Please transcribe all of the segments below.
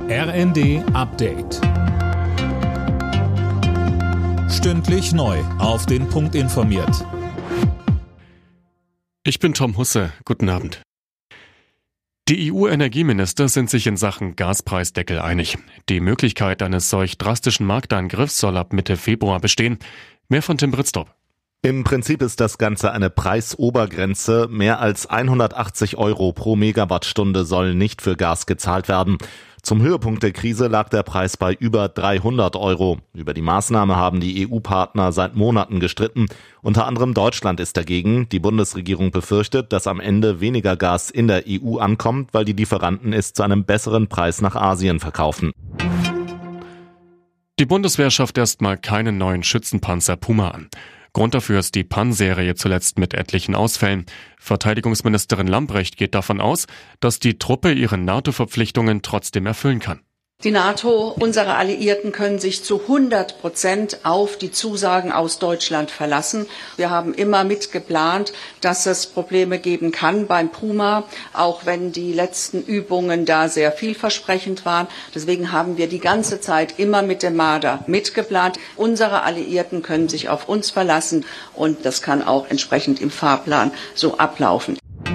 RND Update. Stündlich neu auf den Punkt informiert. Ich bin Tom Husse. Guten Abend. Die EU-Energieminister sind sich in Sachen Gaspreisdeckel einig. Die Möglichkeit eines solch drastischen Markteingriffs soll ab Mitte Februar bestehen. Mehr von Tim Britztrup. Im Prinzip ist das Ganze eine Preisobergrenze. Mehr als 180 € pro Megawattstunde sollen nicht für Gas gezahlt werden. Zum Höhepunkt der Krise lag der Preis bei über 300 €. Über die Maßnahme haben die EU-Partner seit Monaten gestritten. Unter anderem Deutschland ist dagegen. Die Bundesregierung befürchtet, dass am Ende weniger Gas in der EU ankommt, weil die Lieferanten es zu einem besseren Preis nach Asien verkaufen. Die Bundeswehr schafft erstmal keinen neuen Schützenpanzer Puma an. Grund dafür ist die Pan-Serie zuletzt mit etlichen Ausfällen. Verteidigungsministerin Lambrecht geht davon aus, dass die Truppe ihre NATO-Verpflichtungen trotzdem erfüllen kann. Die NATO, unsere Alliierten können sich zu 100% auf die Zusagen aus Deutschland verlassen. Wir haben immer mitgeplant, dass es Probleme geben kann beim Puma, auch wenn die letzten Übungen da sehr vielversprechend waren. Deswegen haben wir die ganze Zeit immer mit dem Marder mitgeplant. Unsere Alliierten können sich auf uns verlassen und das kann auch entsprechend im Fahrplan so ablaufen.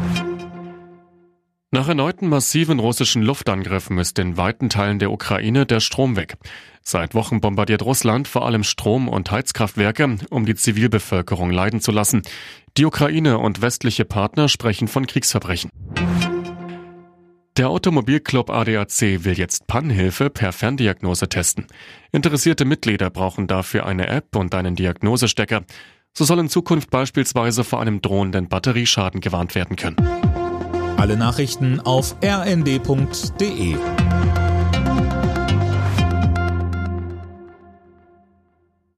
Nach erneuten massiven russischen Luftangriffen ist in weiten Teilen der Ukraine der Strom weg. Seit Wochen bombardiert Russland vor allem Strom- und Heizkraftwerke, um die Zivilbevölkerung leiden zu lassen. Die Ukraine und westliche Partner sprechen von Kriegsverbrechen. Der Automobilclub ADAC will jetzt Pannenhilfe per Ferndiagnose testen. Interessierte Mitglieder brauchen dafür eine App und einen Diagnosestecker. So soll in Zukunft beispielsweise vor einem drohenden Batterieschaden gewarnt werden können. Alle Nachrichten auf rnd.de.